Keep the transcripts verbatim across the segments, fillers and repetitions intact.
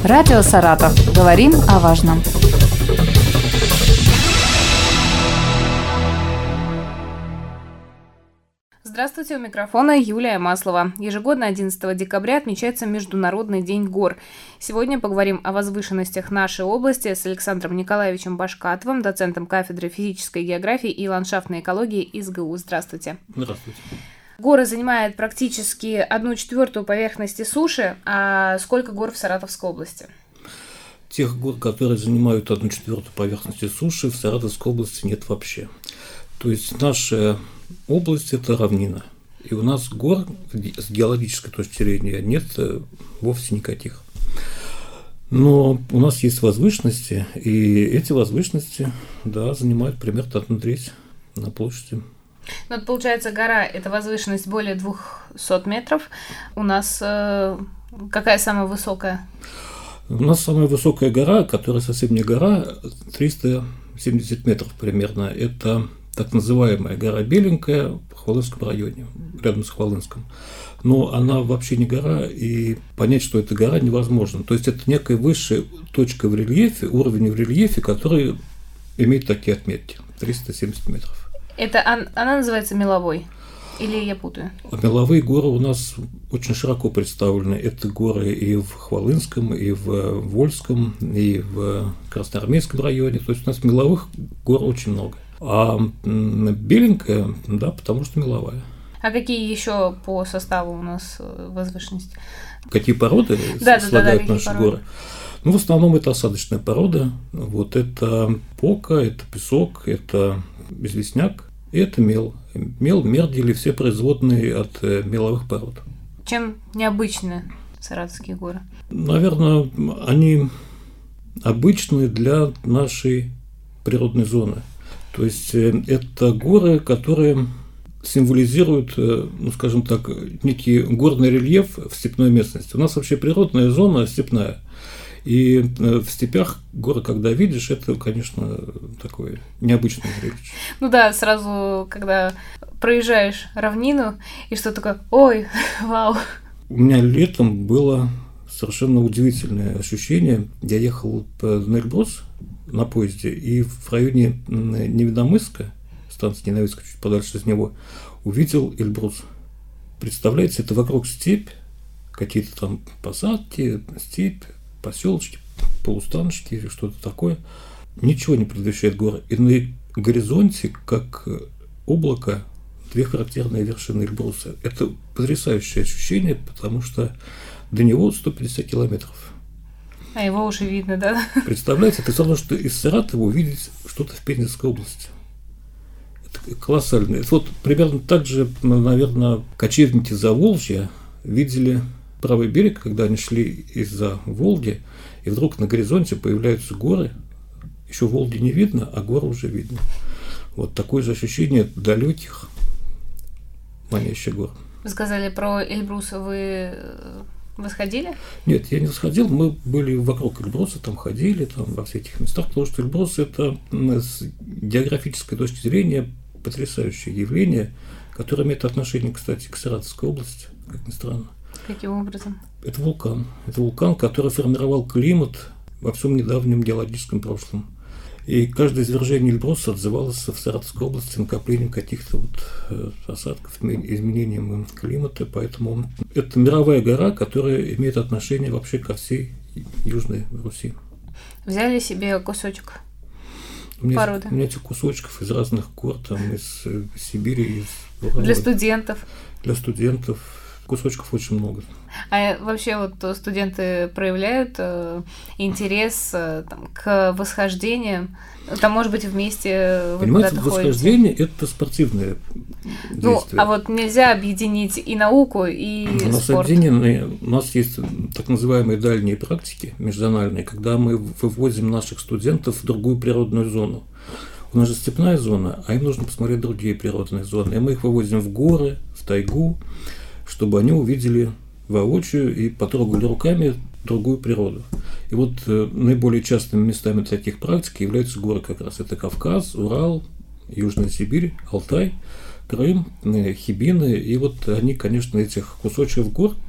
Радио Саратов. Говорим о важном. Здравствуйте, у микрофона Юлия Маслова. Ежегодно одиннадцатого декабря отмечается Международный день гор. Сегодня поговорим о возвышенностях нашей области с Александром Николаевичем Башкатовым, доцентом кафедры физической географии и ландшафтной экологии ИСГУ. Здравствуйте. Здравствуйте. Горы занимают практически одну четвертую поверхности суши. А сколько гор в Саратовской области? Тех гор, которые занимают одну четвертую поверхности суши, в Саратовской области нет вообще. То есть наша область – это равнина. И у нас гор с геологической точки зрения нет вовсе никаких. Но у нас есть возвышенности, и эти возвышенности, да, занимают примерно одну треть на площади. Ну, вот получается, гора – это возвышенность более двухсот метров. У нас э, какая самая высокая? У нас самая высокая гора, которая совсем не гора, триста семьдесят метров примерно. Это так называемая гора Беленькая в Хвалынском районе, рядом с Хвалынском. Но она вообще не гора, и понять, что это гора, невозможно. То есть это некая высшая точка в рельефе, уровень в рельефе, который имеет такие отметки – триста семьдесят метров. Это она называется меловой? Или я путаю? Меловые горы у нас очень широко представлены. Это горы и в Хвалынском, и в Вольском, и в Красноармейском районе. То есть у нас меловых гор очень много. А Беленькая, да, потому что меловая. А какие еще по составу у нас возвышенности? Какие породы да, слагают да, да, наши породы? горы? Ну, в основном это осадочная порода. Вот это пока, это песок, это известняк, и это мел. Мел, мердили, все производные от меловых пород. Чем необычны саратовские горы? Наверное, они обычны для нашей природной зоны. То есть это горы, которые символизируют, ну, скажем так, некий горный рельеф в степной местности. У нас вообще природная зона степная. И в степях горы, когда видишь, это, конечно, такое необычное зрелище. Ну да, сразу, когда проезжаешь равнину, и что такое, ой, вау. У меня летом было совершенно удивительное ощущение. Я ехал на Эльбрус на поезде, и в районе Невиномысска, станции Невиномысска, чуть подальше из него, увидел Эльбрус. Представляете, это вокруг степь, какие-то там посадки, степь, поселочки, полустаночки или что-то такое. Ничего не предвещает горы. И на горизонте, как облако, две характерные вершины Эльбруса. Это потрясающее ощущение, потому что до него сто пятьдесят километров. А его уже видно, да? Представляете, это все равно, что из Саратова увидеть что-то в Пензенской области. Это колоссально. Это вот примерно так же, наверное, кочевники Заволжья видели правый берег, когда они шли из-за Волги, и вдруг на горизонте появляются горы. Еще Волги не видно, а горы уже видно. Вот такое же ощущение далеких, манящих гор. Вы сказали про Эльбрус, вы восходили? Нет, я не восходил, мы были вокруг Эльбруса, там ходили, там во всех этих местах, потому что Эльбрус – это с географической точки зрения потрясающее явление, которое имеет отношение, кстати, к Саратовской области, как ни странно. Каким образом? Это вулкан. Это вулкан, который формировал климат во всем недавнем геологическом прошлом. И каждое извержение Эльбруса отзывалось в Саратовской области накоплением каких-то вот осадков, изменением климата. Поэтому это мировая гора, которая имеет отношение вообще ко всей Южной Руси. Взяли себе кусочек у меня, породы? У меня этих кусочков из разных гор, там, из Сибири, из Урала. Для студентов? Для студентов. Кусочков очень много. А вообще вот студенты проявляют э, интерес э, там, к восхождениям? Там, может быть, вместе вы Понимаете, куда-то восхождение ходите? – это спортивное действие. Ну, а вот нельзя объединить и науку, и у нас спорт? Объединены, у нас есть так называемые дальние практики межзональные, когда мы вывозим наших студентов в другую природную зону. У нас же степная зона, а им нужно посмотреть другие природные зоны. И мы их вывозим в горы, в тайгу, чтобы они увидели воочию и потрогали руками другую природу. И вот э, наиболее частыми местами таких практик являются горы как раз. Это Кавказ, Урал, Южная Сибирь, Алтай, Крым, э, Хибины. И вот они, конечно, этих кусочков гор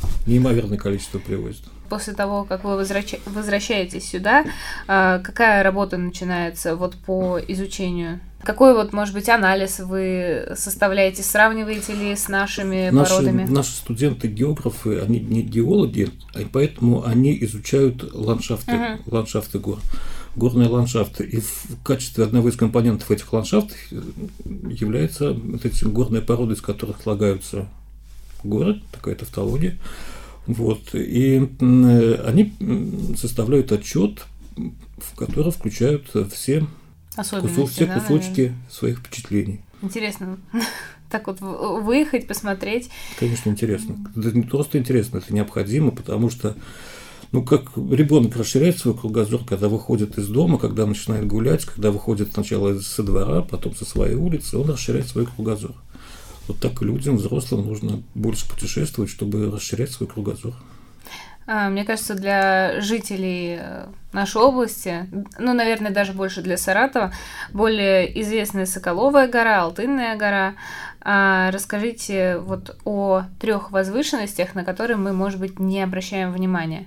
неимоверное количество привозят. После того, как вы возвращ... возвращаетесь сюда, какая работа начинается вот по изучению? Какой вот, может быть, анализ вы составляете? Сравниваете ли с нашими наши, породами? Наши студенты-географы, они не геологи, и поэтому они изучают ландшафты, uh-huh. ландшафты гор, горные ландшафты. И в качестве одного из компонентов этих ландшафтов является вот эти горные породы, из которых слагаются горы, такая тавтология. Вот. И они составляют отчет, в который включают все особенности, все да, кусочки наверное. Своих впечатлений. Интересно так вот выехать, посмотреть. Конечно, интересно. Это не просто интересно, это необходимо, потому что, ну, как ребенок расширяет свой кругозор, когда выходит из дома, когда начинает гулять, когда выходит сначала со двора, потом со своей улицы, он расширяет свой кругозор. Вот так и людям, взрослым, нужно больше путешествовать, чтобы расширять свой кругозор. Мне кажется, для жителей нашей области, ну, наверное, даже больше для Саратова, более известная Соколовая гора, Алтынная гора. Расскажите вот о трех возвышенностях, на которые мы, может быть, не обращаем внимания.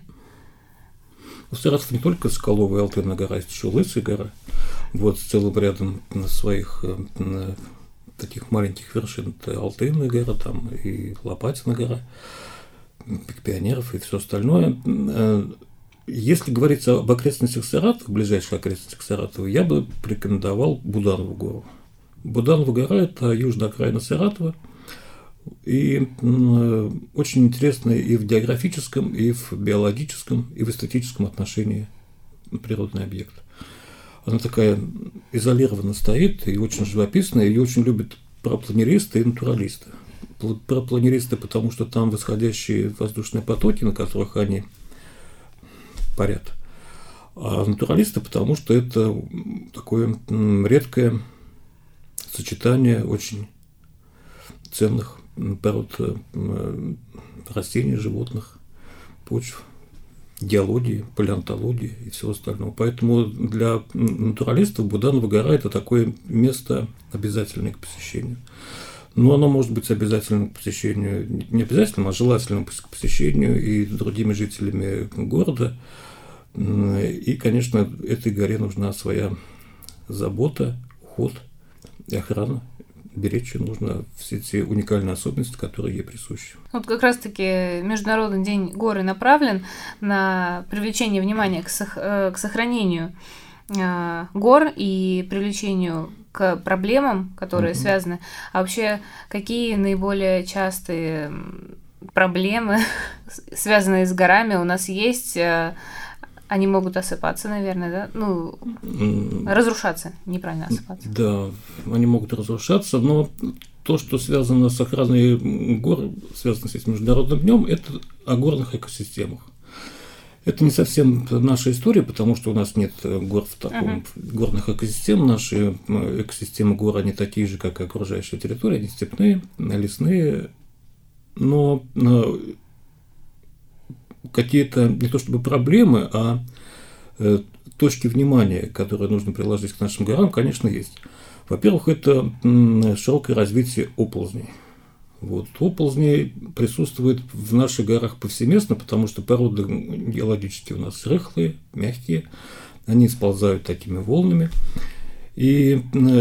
В Саратове не только Соколовая и Алтынная гора, есть еще Лысая гора, вот, с целым рядом своих таких маленьких вершин. Это Алтынная гора, там и Лопатина гора, Пик Пионеров и все остальное. Если говорить об окрестностях Саратова, ближайших окрестностях Саратова, я бы порекомендовал Буданову гору. Буданова гора – это южная окраина Саратова, и очень интересная и в географическом, и в биологическом, и в эстетическом отношении природный объект. Она такая изолированно стоит и очень живописная, ее очень любят парапланеристы и натуралисты. Парапланеристы, потому что там восходящие воздушные потоки, на которых они парят, а натуралисты, потому что это такое редкое сочетание очень ценных пород растений, животных, почв, геологии, палеонтологии и всего остального. Поэтому для натуралистов Буданова гора – это такое место обязательное к посещению. Но оно может быть обязательным к посещению, не обязательным, а желательным к посещению и другими жителями города. И, конечно, этой горе нужна своя забота, уход и охрана. Беречь ее нужно все те уникальные особенности, которые ей присущи. Вот как раз-таки Международный день горы направлен на привлечение внимания к, сох- к сохранению э, гор и привлечению к проблемам, которые mm-hmm. связаны. А вообще, какие наиболее частые проблемы, связанные с горами, у нас есть? Они могут осыпаться, наверное, да? Ну, mm. разрушаться, неправильно осыпаться. Да, они могут разрушаться, но то, что связано с охраной гор, связано с этим международным днем, это о горных экосистемах. Это не совсем наша история, потому что у нас нет гор в таком uh-huh. горных экосистем. Наши экосистемы гор, они такие же, как и окружающая территория, они степные, лесные, но какие-то не то чтобы проблемы, а точки внимания, которые нужно приложить к нашим горам, конечно, есть. Во-первых, это широкое развитие оползней. Вот. Оползни присутствуют в наших горах повсеместно, потому что породы геологические у нас рыхлые, мягкие, они сползают такими волнами. И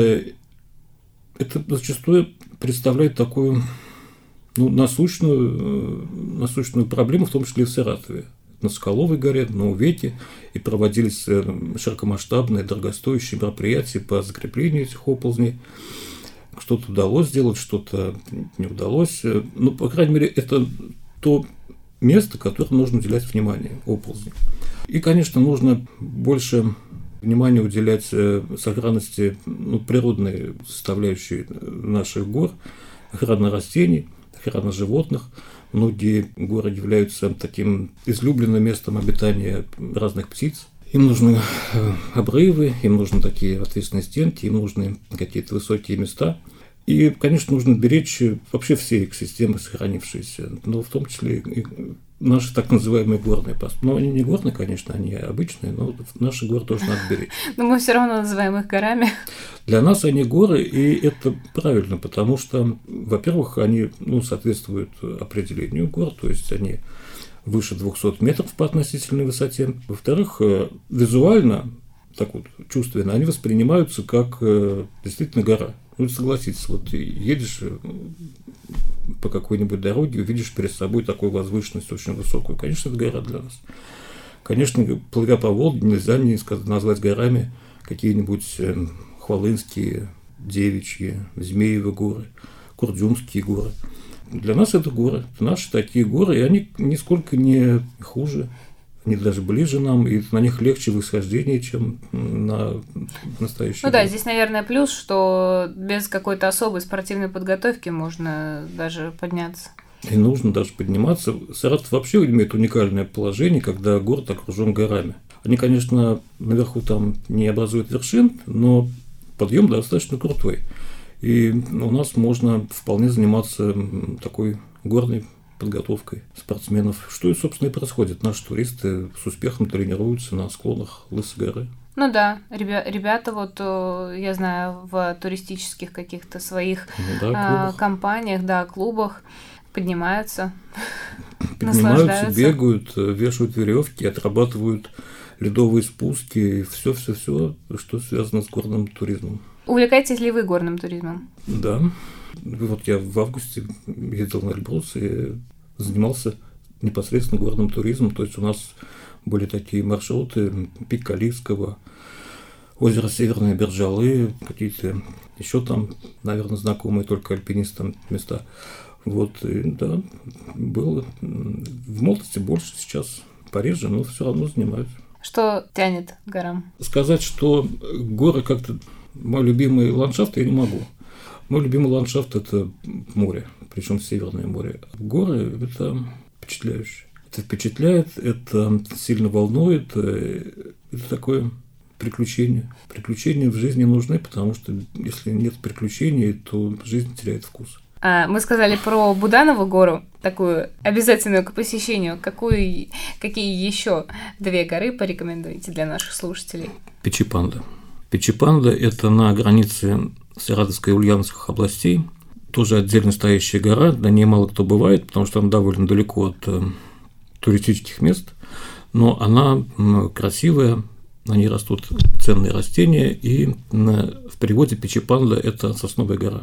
это зачастую представляет такую ну, насущную, насущную проблему, в том числе и в Саратове. На Соколовой горе, на Увете, и проводились широкомасштабные, дорогостоящие мероприятия по закреплению этих оползней. Что-то удалось сделать, что-то не удалось. Ну, по крайней мере, это то место, которому нужно уделять внимание, оползни. И, конечно, нужно больше внимания уделять сохранности ну, природной составляющей наших гор, охраны растений, охраны животных. Многие горы являются таким излюбленным местом обитания разных птиц. Им нужны обрывы, им нужны такие ответственные стенки, им нужны какие-то высокие места. И, конечно, нужно беречь вообще все экосистемы сохранившиеся, но в том числе и наши так называемые горные посты. Но они не горные, конечно, они обычные, но наши горы тоже надо беречь. Но мы все равно называем их горами. Для нас они горы, и это правильно, потому что, во-первых, они ну, соответствуют определению гор, то есть они выше двухсот метров по относительной высоте. Во-вторых, визуально, так вот чувственно, они воспринимаются как действительно гора. Ну, согласитесь, вот ты едешь по какой-нибудь дороге, увидишь перед собой такую возвышенность очень высокую. Конечно, это гора для нас. Конечно, плывя по Волге, нельзя не назвать горами какие-нибудь Хвалынские, Девичьи, Змеевы горы, Курдюмские горы. Для нас это горы, это наши такие горы, и они нисколько не хуже. Они даже ближе нам, и на них легче восхождение, чем на настоящие. Ну да, здесь, наверное, плюс, что без какой-то особой спортивной подготовки можно даже подняться. И нужно даже подниматься. Саратов вообще имеет уникальное положение, когда город окружен горами. Они, конечно, наверху там не образуют вершин, но подъем достаточно крутой. И у нас можно вполне заниматься такой горной подготовкой спортсменов, что и, собственно, и происходит. Наши туристы с успехом тренируются на склонах Лысой горы. Ну да, ребя- ребята вот, я знаю, в туристических каких-то своих да, компаниях, да, клубах поднимаются, Поднимаются, бегают, вешают веревки, отрабатывают ледовые спуски и все-все-все, что связано с горным туризмом. Увлекаетесь ли вы горным туризмом? Да. Вот я в августе ездил на Эльбрус и занимался непосредственно горным туризмом. То есть у нас были такие маршруты: пик Калийского, озеро Северные Берджалы, какие-то еще там, наверное, знакомые только альпинистам места. Вот, и, да, было в молодости больше, сейчас пореже, но все равно занимаюсь. Что тянет к горам? Сказать, что горы как-то мой любимый ландшафт, я не могу. Мой любимый ландшафт – это море, причем Северное море. Горы – это впечатляюще. Это впечатляет, это сильно волнует, это такое приключение. Приключения в жизни нужны, потому что если нет приключений, то жизнь теряет вкус. Мы сказали про Буданову гору, такую обязательную к посещению. Какую, какие еще две горы порекомендуете для наших слушателей? Печи-Панда. Печи-Панда – это на границе Саратовской и Ульяновских областей. Тоже отдельно стоящая гора, на ней мало кто бывает, потому что она довольно далеко от э, туристических мест, но она э, красивая, на ней растут ценные растения, и э, в переводе Печи-Панда – это сосновая гора.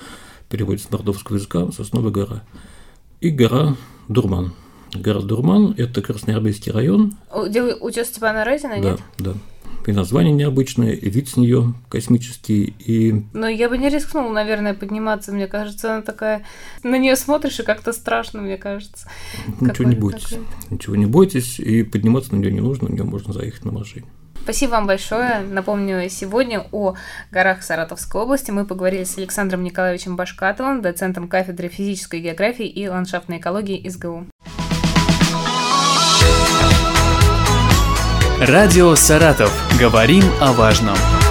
В переводе с мордовского языка – сосновая гора. И гора Дурман. Гора Дурман – это Красноармейский район. Где утес Степана Разина, да, нет? Да, да. И название необычное, и вид с нее космический, и... Но я бы не рискнула, наверное, подниматься, мне кажется, она такая... На нее смотришь, и как-то страшно, мне кажется. Ничего не бойтесь, такой... ничего не бойтесь, и подниматься на нее не нужно, на нее можно заехать на машине. Спасибо вам большое. Напомню, сегодня о горах Саратовской области мы поговорили с Александром Николаевичем Башкатовым, доцентом кафедры физической географии и ландшафтной экологии СГУ. Радио «Саратов». Говорим о важном.